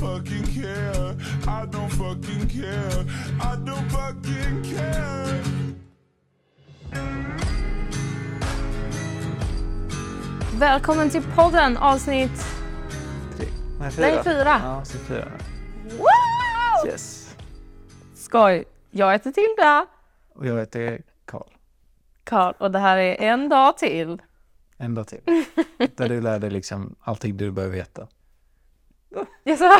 fucking care. I don't fucking care. I don't fucking care. Välkommen till podden, avsnitt 4. Ja, så 4. Wow! Yes. Skoj. Jag heter Tilda. Och jag heter Karl, och det här är en dag till. En dag till. Där du lär dig liksom allting du behöver veta. Jag sa,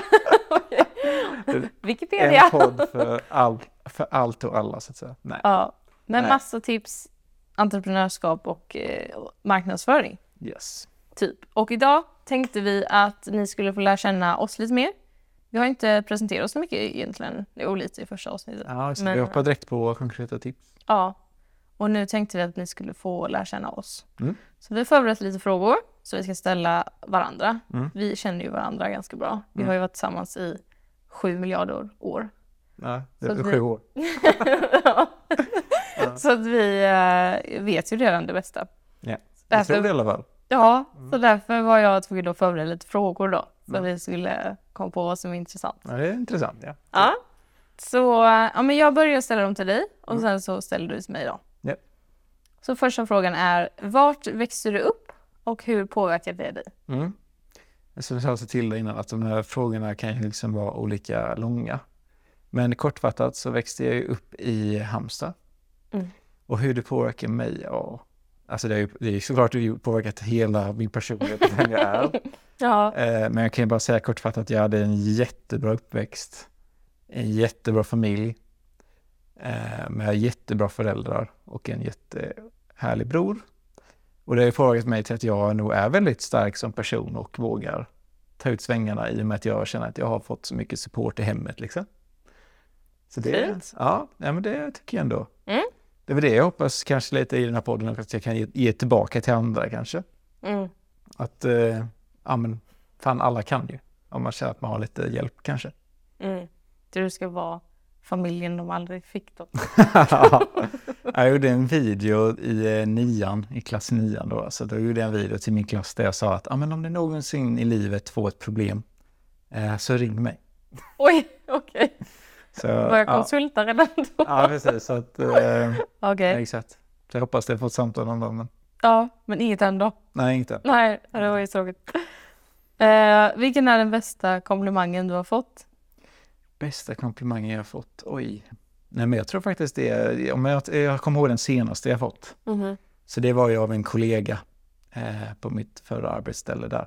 Wikipedia. En podd för allt och alla, så att säga. Nej. Ja, med Nej. massa tips, entreprenörskap och marknadsföring. Yes. Typ. Och idag tänkte vi att ni skulle få lära känna oss lite mer. Vi har inte presenterat oss så mycket egentligen. Det är lite i första avsnittet. Ja, så Men- vi hoppar direkt på konkreta tips. Ja, och nu tänkte vi att ni skulle få lära känna oss. Mm. Så vi har förberett lite frågor så vi ska ställa varandra. Mm. Vi känner ju varandra ganska bra. Vi har ju varit tillsammans i 7 miljarder år. Ja, det Så är att vi- 7 år. Ja. Så att vi vet ju redan det bästa. Ja, jag tror det i alla fall. Ja, så därför var jag tvungen att förbereda lite frågor då. Så vi skulle komma på vad som är intressant. Ja, det är intressant, ja. Ja. Så men jag börjar ställa dem till dig och sen så ställer du till mig då. Ja. Så första frågan är, vart växte du upp och hur påverkade det dig? Mm. Som jag sa till dig innan, att de här frågorna kan ju liksom vara olika långa. Men kortfattat så växte jag ju upp i Halmstad. Mm. Och hur det påverkar mig, ja. Alltså det är ju såklart det har påverkat hela min personlighet och vem jag är. Ja. Men jag kan ju bara säga kortfattat att jag hade en jättebra uppväxt. En jättebra familj. Med jättebra föräldrar och en jättehärlig bror. Och det har ju påverkat mig till att jag nog är väldigt stark som person och vågar ta ut svängarna i och med att jag känner att jag har fått så mycket support i hemmet liksom. Så det, Fint. ja, men det tycker jag ändå. Mm. Det är väl det jag hoppas kanske lite i den här podden, att jag kan ge tillbaka till andra kanske. Mm. Att, ja men fan alla kan ju. Om man känner att man har lite hjälp kanske. Mm. Du ska vara familjen de aldrig fick då. Jag gjorde en video i klass 9 då. Så då gjorde jag en video till min klass där jag sa att men om det någonsin i livet får ett problem så ring mig. Oj, okej. Så, Var jag konsulta redan då? Ja, precis. Så att, Okej. exakt. Så jag hoppas det får ett samtal någon dag. Men Ja, men inget ändå. nej, inte. Nej, det var ju tråkigt. Vilken är den bästa komplimangen du har fått? Bästa komplimangen jag har fått? Oj. Nej, men jag tror faktiskt det. Om jag kommer ihåg den senaste jag fått. Mhm. Så det var ju av en kollega på mitt förra arbetsställe där.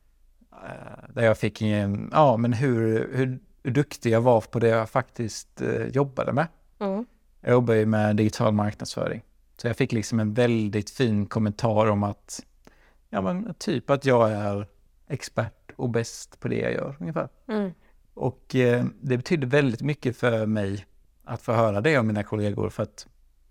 Där jag fick men hur duktig jag var på det jag faktiskt jobbade med. Mm. Jag jobbar ju med digital marknadsföring. Så jag fick liksom en väldigt fin kommentar om att typ att jag är expert och bäst på det jag gör ungefär. Mm. Och det betyder väldigt mycket för mig att få höra det av mina kollegor, för att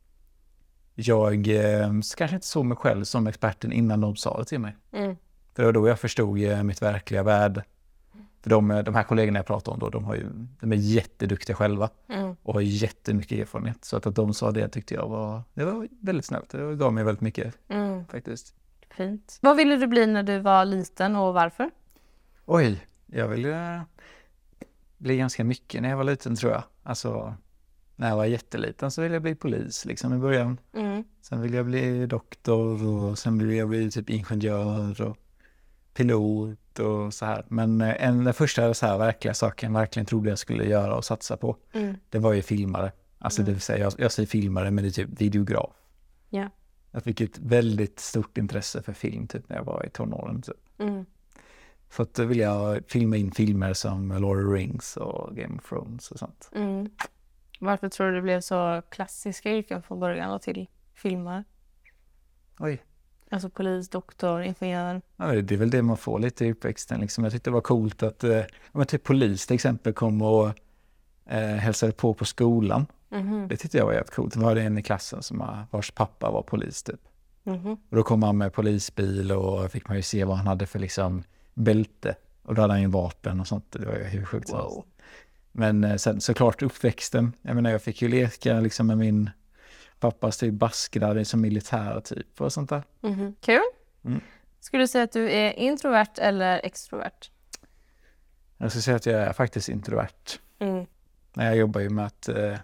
jag kanske inte såg mig själv som experten innan de sa det till mig. Mm. För det var då jag förstod mitt verkliga värde. För de här kollegorna jag pratar om då, de är jätteduktiga själva Mm. och har jättemycket erfarenhet. Så att de sa det tyckte jag var väldigt snällt. Det gav mig väldigt mycket Mm. faktiskt. Fint. Vad ville du bli när du var liten och varför? Oj, jag ville bli ganska mycket när jag var liten tror jag. Alltså när jag var jätteliten så ville jag bli polis liksom i början. Mm. Sen ville jag bli doktor och sen ville jag bli typ ingenjör och pilot och så här. Men den första så här verkliga saken verkligen trodde jag skulle göra och satsa på, Mm. det var ju filmare. Alltså det vill säga, jag säger filmare men det är typ videograf. Ja. Jag fick ett väldigt stort intresse för film typ när jag var i tonåren typ. Mm. Så att då vill jag filma in filmer som Lord of the Rings och Game of Thrones och sånt. Mm. Varför tror du det blev så klassiska yrken från början och till filmer? Oj. Alltså polis, doktor, ingenjör. Ja, det är väl det man får lite i uppväxten. Liksom. Jag tyckte det var coolt att typ polis till exempel kom och hälsade på skolan. Mhm. Det tyckte jag var jävligt coolt. Det var det en i klassen vars pappa var polis typ. Mhm. Och då kom han med polisbil och fick man ju se vad han hade för liksom bälte. Och då hade han ju vapen och sånt. Det var ju hur sjukt som helst. Wow. Men sen såklart uppväxten. Jag menar jag fick ju leka liksom med min pappas typ baskrar som militär typ och sånt där. Mhm. Kul. Mm. Skulle du säga att du är introvert eller extrovert? Jag ska säga att jag är faktiskt introvert. Jag jobbar ju med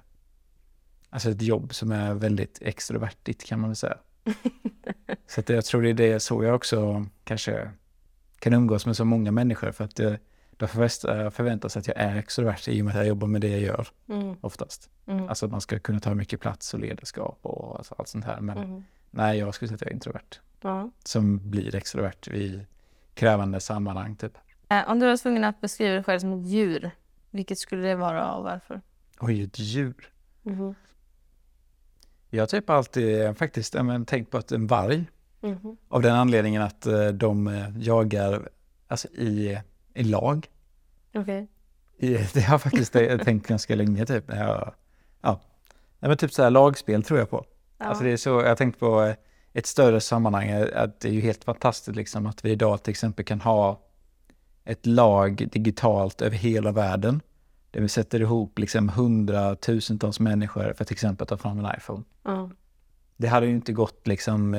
ett jobb som är väldigt extrovertigt kan man väl säga. Så att jag tror det är så jag också kanske kan umgås med så många människor, för att de förväntar sig att jag är extrovert i och med att jag jobbar med det jag gör oftast. Alltså att man ska kunna ta mycket plats och ledarskap och alltså allt sånt här. Men nej, jag skulle säga att jag är introvert. Som blir extrovert i krävande sammanhang typ. Om du var tvungen att beskriva dig själv som ett djur, vilket skulle det vara och varför? Oj, ett djur. Jag har typ alltid faktiskt tänkt på att en varg. Av den anledningen att de jagar alltså i lag. Okej. Det har jag faktiskt tänkt ganska länge typ. Men typ så här lagspel tror jag på. Ja. Alltså det är så, jag har tänkt på ett större sammanhang, att det är ju helt fantastiskt liksom, att vi idag till exempel kan ha ett lag digitalt över hela världen. Där vi sätter ihop liksom 100,000-tals människor för till exempel att ta fram en iPhone. Det hade ju inte gått liksom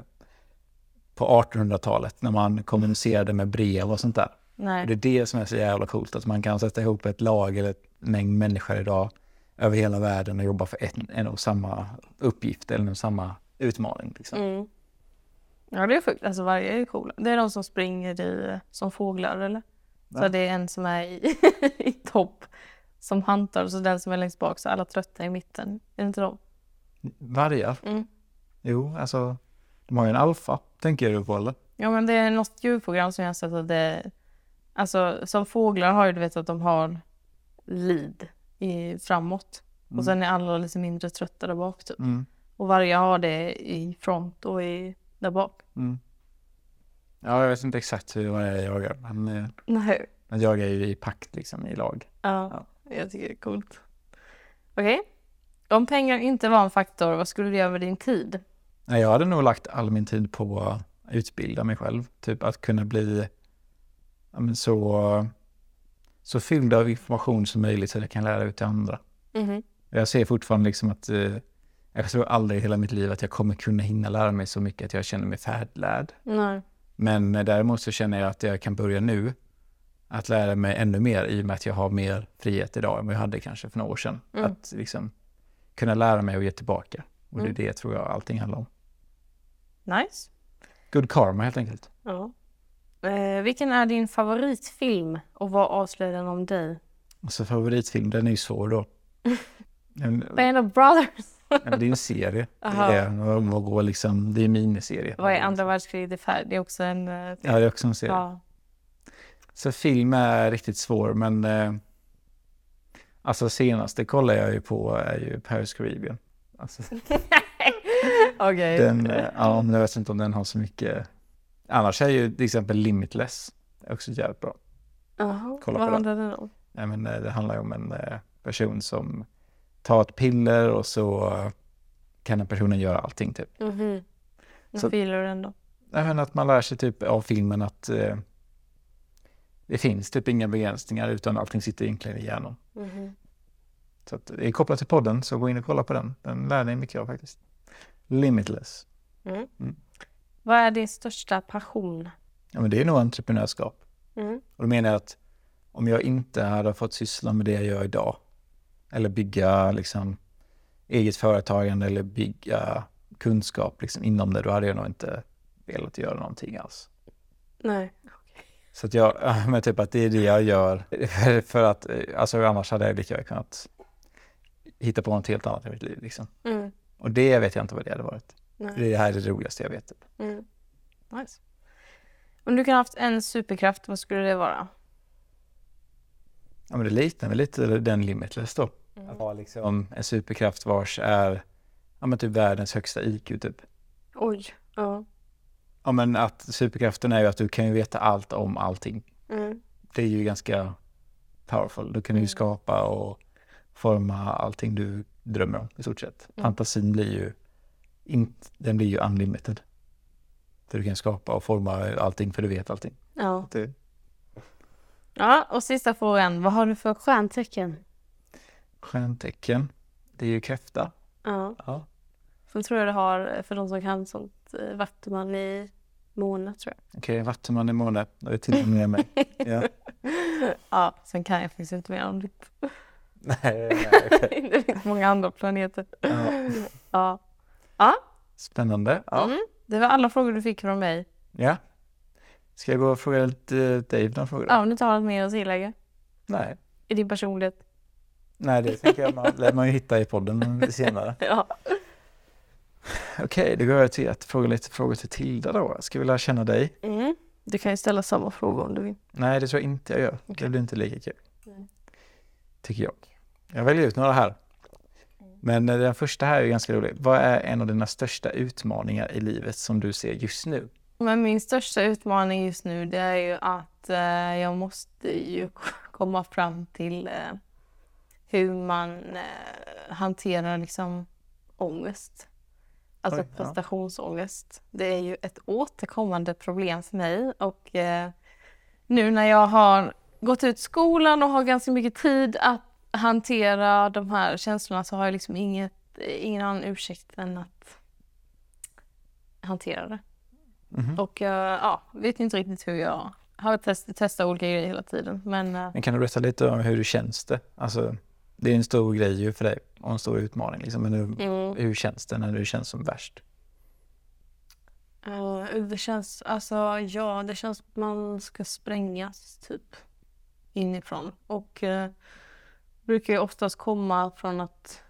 på 1800-talet när man kommunicerade med brev och sånt där. Nej. Och det är det som är så jävla coolt, att man kan sätta ihop ett lag eller ett mängd människor idag över hela världen och jobba för en och samma uppgift eller en samma utmaning. Liksom. Ja, det är sjukt. Alltså varje är coola. Det är de som springer som fåglar, eller? Ja. Så det är en som är i topp som hantar, och så den som är längst bak, så alla trötta i mitten. Är det inte de? Vargar? Jo, alltså de har ju en alfa, tänker du på, eller? Ja, men det är något djurprogram som jag har sett att det... Alltså, som fåglar har ju, du vet, att de har lead framåt. Och sen är alla lite mindre trötta där bak, typ. Och varje har det i front och där bak. Ja, jag vet inte exakt hur jag jagar. Nej. Man jagar ju i pakt, liksom, i lag. Ja. Jag tycker det är coolt. Okej. Om pengar inte var en faktor, vad skulle du göra med din tid? Jag hade nog lagt all min tid på att utbilda mig själv. Typ att kunna bli så fylld av information som möjligt så att jag kan lära ut till andra. Jag ser fortfarande liksom att jag tror aldrig i hela mitt liv att jag kommer kunna hinna lära mig så mycket att jag känner mig färdlärd. Nej. Men däremot så känner jag att jag kan börja nu att lära mig ännu mer i och med att jag har mer frihet idag än vad jag hade kanske för några år sedan. Att liksom kunna lära mig och ge tillbaka. Och det är det tror jag allting handlar om. Nice. Good karma helt enkelt. Ja. Vilken är din favoritfilm och vad avslöjar den om dig? Alltså favoritfilm, den är ju svår då. Band of Brothers. Det är en serie. Det är en miniserie. Vad är andra världskriget färd? Det är också en... Ja, det är också en serie. Ja. Så film är riktigt svår, men alltså senaste kollar jag ju på är ju Pirates Caribbean. Alltså, Okej. Men jag vet inte om den har så mycket. Annars är ju till exempel Limitless också jävligt bra. Vad handlar den om? Ja, men det handlar ju om en person som tar ett piller och så kan den personen göra allting typ. Vad filar du den då? Ja, men att man lär sig typ av filmen att det finns typ inga begränsningar utan allting sitter egentligen i hjärnan. Så att det är kopplat till podden, så gå in och kolla på den. Den lär dig mycket av faktiskt. Limitless. Vad är din största passion? Ja, men det är nog entreprenörskap. Och då menar jag att om jag inte hade fått syssla med det jag gör idag, eller bygga liksom eget företagande eller bygga kunskap liksom inom det, då hade jag nog inte velat göra någonting alls. Nej. Så att men typ att det är det jag gör för att alltså annars hade jag lika kunnat hitta på något helt annat i mitt liv liksom. Och det vet jag inte vad det hade varit. Nej. Det här är det roligaste jag vet. Typ. Nice. Om du kan ha haft en superkraft, vad skulle det vara? Ja, men det liknar väl lite den Limitless då. Att ha liksom en superkraft vars är typ världens högsta IQ typ. Oj, ja. Ja, men att superkraften är ju att du kan ju veta allt om allting. Det är ju ganska powerful. Du kan ju skapa och forma allting du drömmer om i stort sett. Fantasin blir ju den blir ju unlimited. Där du kan skapa och forma allting för du vet allting. Ja. Ja, och sista frågan. Vad har du för stjärntecken? Stjärntecken? Det är ju kräfta. Ja. Så tror jag det har, för de som kan sånt, vattuman i måne tror jag. Okej, vattuman i måne. Det är till och med mig. Ja. Ja, sen kan jag faktiskt inte mer om det. Nej, okej. Det finns många andra planeter. Ja. Ja. Ja. Spännande. Ja. Det var alla frågor du fick från mig. Ja. Ska jag gå och fråga lite Dave några frågor? Ja, om du inte har något mer att tillägga Nej. i din personlighet. Nej, det tänker jag lär man ju hitta i podden senare. Ja. Okej, då går jag till att fråga lite frågor till Tilda då. Ska vi lära känna dig? Du kan ju ställa samma frågor om du vill. Nej, det tror jag inte jag gör. Okej. Det blir inte lika kul. Nej. Tycker jag. Jag väljer ut några här. Men den första här är ganska rolig. Vad är en av dina största utmaningar i livet som du ser just nu? Men min största utmaning just nu det är ju att jag måste ju komma fram till hur man hanterar liksom ångest. Alltså Oj, ja. prestationsångest. Det är ju ett återkommande problem för mig och nu när jag har gått ut skolan och har ganska mycket tid att hantera de här känslorna så har jag liksom ingen annan ursäkt än att hantera det. Mhm. Och vet inte riktigt hur jag har testat olika grejer hela tiden. Men kan du berätta lite om hur det känns det? Alltså, det är en stor grej ju för dig och en stor utmaning. Liksom. Men hur känns det när det känns som värst? det känns, det känns att man ska sprängas typ inifrån. Och brukar ju oftast komma från att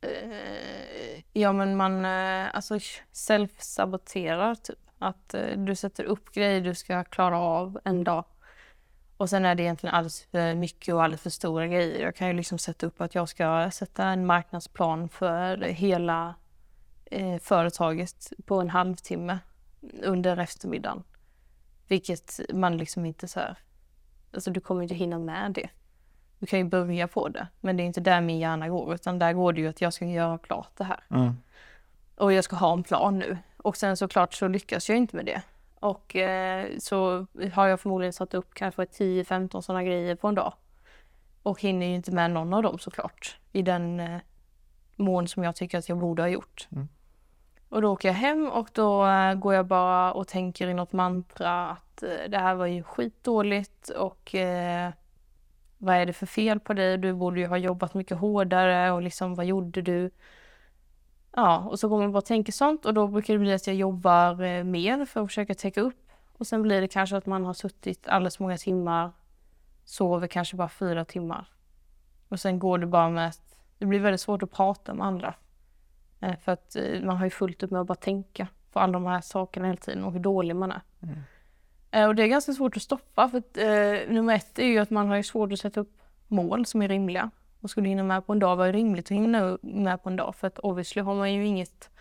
man self-saboterar typ. Att du sätter upp grejer du ska klara av en dag. Och sen är det egentligen alldeles för mycket och alldeles för stora grejer. Jag kan ju liksom sätta upp att jag ska sätta en marknadsplan för hela företaget på en halvtimme under eftermiddagen. Vilket man liksom inte så här... Alltså du kommer inte hinna med det. Du kan ju börja på det. Men det är inte där min hjärna går. Utan där går det ju att jag ska göra klart det här. Och jag ska ha en plan nu. Och sen såklart så lyckas jag inte med det. Och så har jag förmodligen satt upp kanske 10-15 sådana grejer på en dag. Och hinner ju inte med någon av dem såklart. I den mån som jag tycker att jag borde ha gjort. Och då åker jag hem och då går jag bara och tänker i något mantra att det här var ju skitdåligt och vad är det för fel på dig? Du borde ju ha jobbat mycket hårdare och liksom vad gjorde du? Ja, och så går man bara och tänker sånt och då brukar det bli att jag jobbar mer för att försöka täcka upp. Och sen blir det kanske att man har suttit alldeles många timmar, sover kanske bara 4 timmar. Och sen går det bara med att det blir väldigt svårt att prata med andra. För att man har ju fullt upp med att bara tänka på alla de här sakerna hela tiden och hur dålig man är. Och det är ganska svårt att stoppa för att nummer 1 är ju att man har ju svårt att sätta upp mål som är rimliga. Och skulle hinna med på en dag var det rimligt att hinna med på en dag för att obviously har man ju inget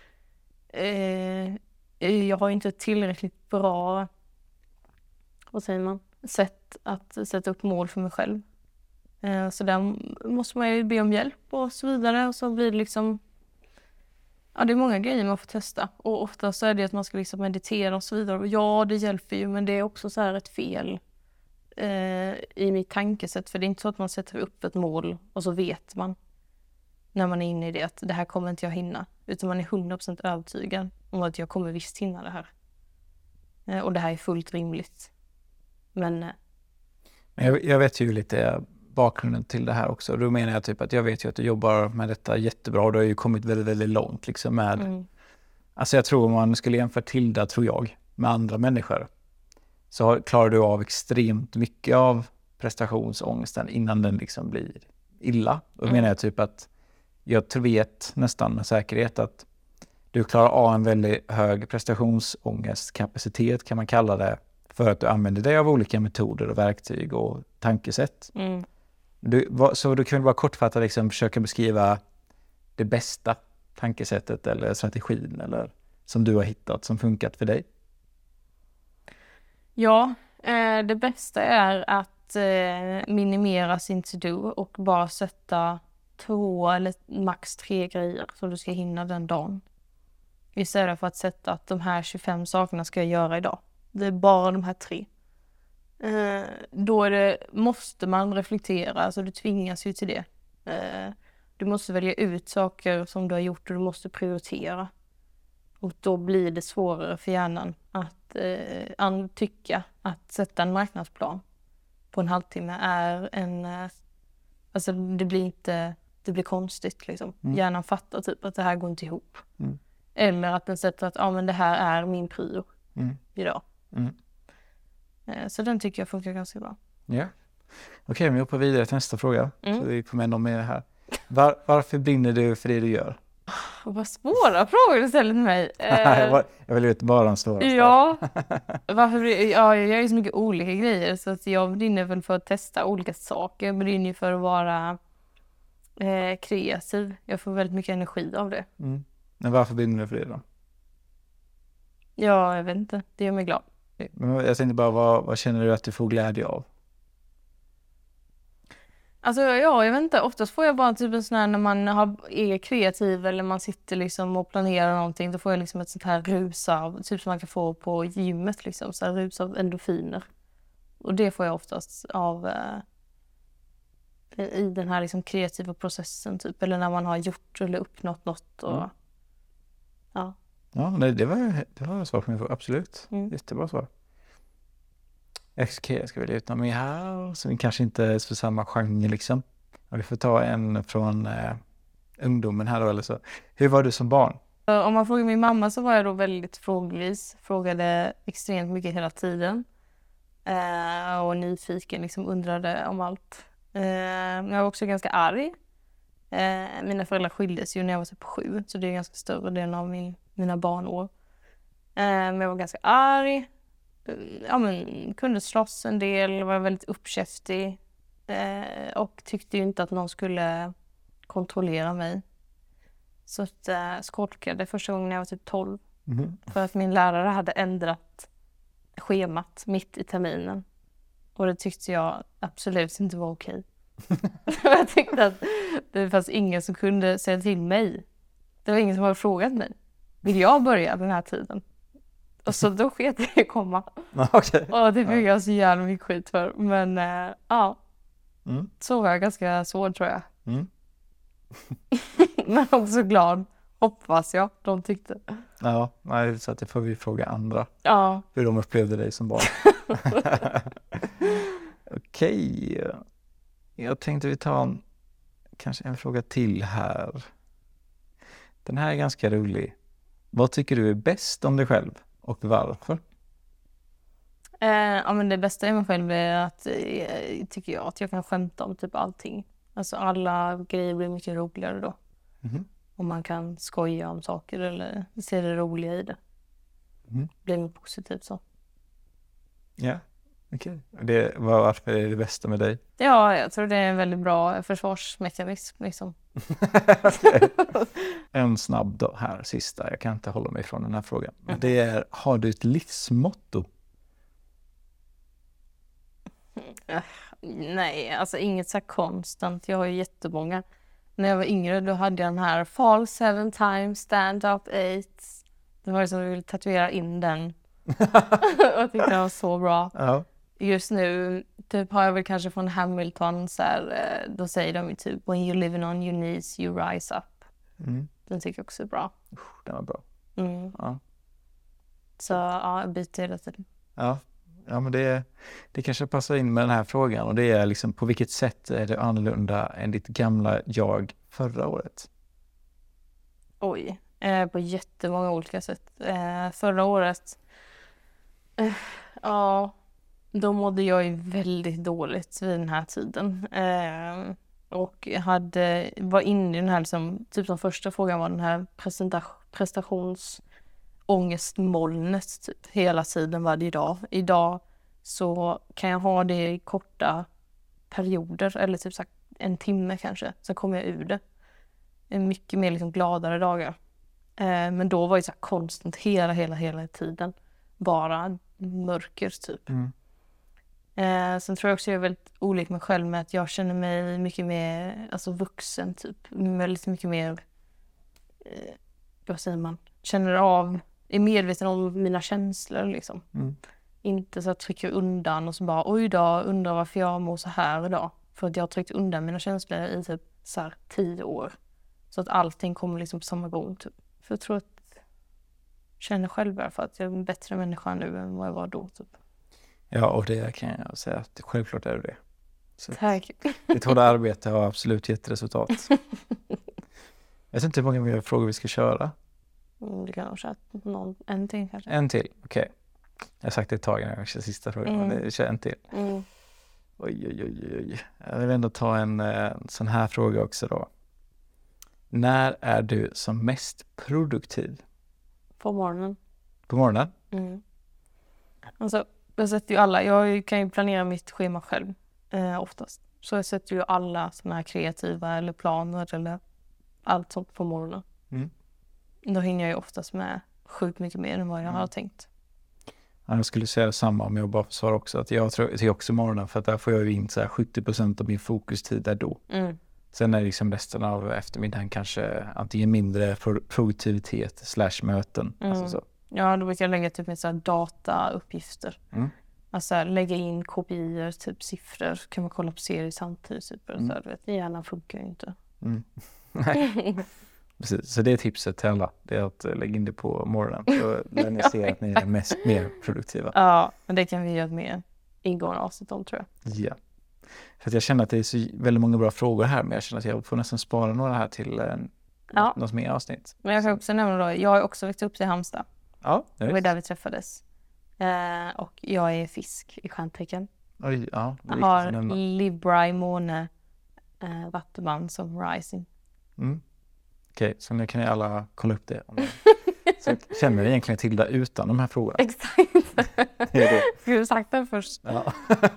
jag har inte tillräckligt bra sätt att sätta upp mål för mig själv. Så där måste man ju be om hjälp och så vidare och så blir det liksom det är många grejer man får testa och ofta så är det att man ska liksom meditera och så vidare och ja det hjälper ju men det är också så här ett fel i mitt tankesätt för det är inte så att man sätter upp ett mål och så vet man när man är inne i det att det här kommer inte jag hinna utan man är 100% övertygad om att jag kommer visst hinna det här och det här är fullt rimligt men jag vet ju lite bakgrunden till det här också. Då menar jag typ att jag vet ju att du jobbar med detta jättebra och du har ju kommit väldigt, väldigt långt liksom med alltså jag tror om man skulle jämföra Tilda tror jag med andra människor så klarar du av extremt mycket av prestationsångesten innan den liksom blir illa. Då menar jag typ att jag vet nästan med säkerhet att du klarar av en väldigt hög prestationsångestkapacitet kan man kalla det för att du använder dig av olika metoder och verktyg och tankesätt. Så du kan väl bara kortfattat liksom försöka beskriva det bästa tankesättet eller strategin eller som du har hittat som funkat för dig? Ja, det bästa är att minimera sin to-do och bara sätta 2 eller max 3 grejer som du ska hinna den dagen. Istället för att sätta att de här 25 sakerna ska jag göra idag. Det är bara de här 3. Då måste man reflektera, alltså du tvingas ju till det. Du måste välja ut saker som du har gjort och du måste prioritera. Och då blir det svårare för hjärnan att tycka att sätta en marknadsplan på en halvtimme är alltså det blir konstigt liksom. Hjärnan fattar typ att det här går inte ihop. Eller att den sätter att men det här är min prio idag. Så den tycker jag funkar ganska bra. Ja. Okej, men vi hoppar vidare till nästa fråga. Så vi får med någon mer här. Varför brinner du för det du gör? Vad svåra frågor du ställer till mig. Jag vill ut bara de svåraste. Ja, jag gör ju så mycket olika grejer så att jag brinner väl för att testa olika saker. Jag brinner ju för att vara kreativ. Jag får väldigt mycket energi av det. Men varför brinner du för det då? Ja, jag vet inte. Det gör mig glad. Men jag tänkte bara, vad känner du att du får glädje av? Alltså jag vet inte, oftast får jag bara typ en sån här när man är kreativ eller man sitter liksom och planerar någonting, då får jag liksom ett sånt här rus av, typ som man kan få på gymmet liksom, så här rus av endorfiner. Och det får jag oftast av i den här liksom kreativa processen typ, eller när man har gjort eller uppnått något och ja. Ja, nej, det var svar på min fråga, absolut. Jättebra svar. Jag ska välja ut någon mer här som kanske inte är för samma genre liksom. Och vi får ta en från ungdomen här då eller så. Hur var du som barn? Om man frågar min mamma så var jag då väldigt frågvis. Frågade extremt mycket hela tiden. Och nyfiken, liksom undrade om allt. Jag var också ganska arg. Mina föräldrar skildes ju när jag var typ 7. Så det är ganska större delen av mina barnår. Men jag var ganska arg. Ja, men kunde slåss en del, var väldigt uppkäftig och tyckte ju inte att någon skulle kontrollera mig. Så att skolkade första gången när jag var typ 12 för att min lärare hade ändrat schemat mitt i terminen och det tyckte jag absolut inte var okej. Jag tyckte att det fanns ingen som kunde säga till mig. Det var ingen som hade frågat mig. Vill jag börja den här tiden? Och så då sket jag i komma. Okay. Och det fick jag så jävla mycket skit för. Men ja, så var jag ganska svår tror jag. Men också glad, hoppas jag, de tyckte. Ja, nej, så att det får vi fråga andra. Ja. Hur de upplevde dig som barn. Okej. Jag tänkte vi tar kanske en fråga till här. Den här är ganska rolig. Vad tycker du är bäst om dig själv? Och varför? Ja, men det bästa i mig själv är att tycker jag att jag kan skämta om typ allting. Alltså alla grejer blir mycket roligare då. Om man kan skoja om saker eller se det roliga i det. Blir mer positivt så. Ja, okej. Varför är det bästa med dig? Ja, jag tror det är en väldigt bra försvarsmekanism liksom. En snabb då här, sista. Jag kan inte hålla mig från den här frågan. Det är, har du ett livsmotto? Nej, alltså inget så konstant. Jag har ju jättemånga. När jag var yngre då hade jag den här Fall 7 times, stand up 8. Det var ju som att jag ville tatuera in den. Jag tyckte det var så bra. Ja. Just nu typ har jag väl kanske från Hamilton så här, då säger de ju typ when you're living on your knees you rise up. Den tycker jag också är bra. Den var bra. Ja. Så ja, jag byter hela tiden. Ja, men det kanske passar in med den här frågan och det är liksom på vilket sätt är det annorlunda än ditt gamla jag förra året? Oj, på jättemånga olika sätt. Förra året, ja, då mådde jag ju väldigt dåligt vid den här tiden. Och var inne i den här, liksom, typ som första frågan var den här prestationsångestmolnet typ, hela tiden varje dag. Idag så kan jag ha det i korta perioder eller typ så en timme kanske, så kommer jag ur det. Mycket mer liksom gladare dagar. Men då var det så konstant hela tiden. Bara mörker typ. Sen tror jag också jag är väldigt olik mig själv med att jag känner mig mycket mer alltså vuxen typ. Väldigt mycket mer, vad säger man, är medveten om mina känslor liksom. Inte så att jag trycker undan och så bara oj då, undrar varför jag mår så här idag. För att jag har tryckt undan mina känslor i typ så här 10 år. Så att allting kommer liksom på samma gång typ. För jag tror att jag känner själv bara för att jag är en bättre människa nu än vad jag var då typ. Ja, och det kan jag säga att självklart är det. Så Tack. ditt hårda arbete har absolut gett resultat. Jag vet inte hur många mer frågor vi ska köra. Det kan nog köra en till kanske. En till, okej. Jag har sagt det ett tag när jag kör sista frågan, men det kör en till. Oj. Jag vill ändå ta en sån här fråga också då. När är du som mest produktiv? På morgonen. På morgonen? Alltså, jag sätter ju alla. Jag kan ju planera mitt schema själv oftast. Så jag sätter ju alla såna här kreativa eller planer eller allt sånt på morgonen. Då hinner jag ju oftast med sjukt mycket mer än vad jag har tänkt. Ja, jag skulle säga samma om jag bara får svara också. Att jag tror också morgonen, för att där får jag ju in så här 70% av min fokustid där då. Sen är det liksom resten av eftermiddagen kanske antingen mindre produktivitet / möten. Alltså så. Ja, då brukar jag lägga typ med så här datauppgifter. Alltså lägga in kopior, typ siffror. Kan man kolla på serier samtidigt. Typ, så här, du vet, hjärnan funkar ju inte. Nej. Precis, så det är tipset till alla. Det är att lägga in det på morgonen. Då lär ni se att ni är mer produktiva. Ja, men det kan vi göra med ingående avsnitt om, tror jag. Ja. För att jag känner att det är så väldigt många bra frågor här, men jag känner att jag får nästan spara några här till något mer avsnitt. Men jag kan också nämna då, jag har också växt upp i Halmstad. Ja, det var där vi träffades. Och jag är fisk i stjärntecken. Oj, ja. Jag har Libra i måne, Vattuman som rising. Okej, så nu kan ni alla kolla upp det. Så jag känner egentligen till det utan de här frågorna. Exakt. Skulle du sagt den först? Ja.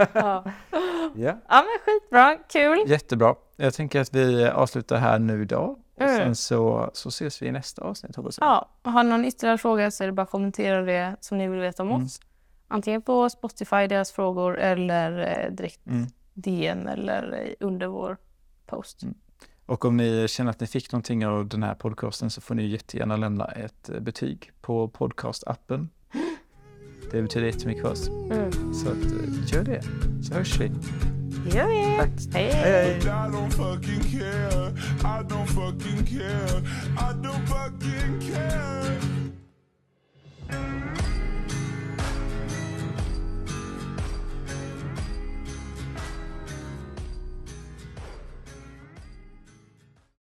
Ja, men skitbra, kul. Jättebra. Jag tänker att vi avslutar här nu idag. Och sen så ses vi i nästa avsnitt, hoppas jag. Ja, har någon ytterligare fråga så är det bara att kommentera det som ni vill veta om oss. Antingen på Spotify, deras frågor, eller direkt DM eller under vår post. Och om ni känner att ni fick någonting av den här podcasten så får ni jättegärna lämna ett betyg på podcastappen. Det betyder jättemycket för oss. Så att, gör det. Så hörs vi. Gör vi. Tack. Hej. I don't fucking care. I don't fucking care. I don't fucking care.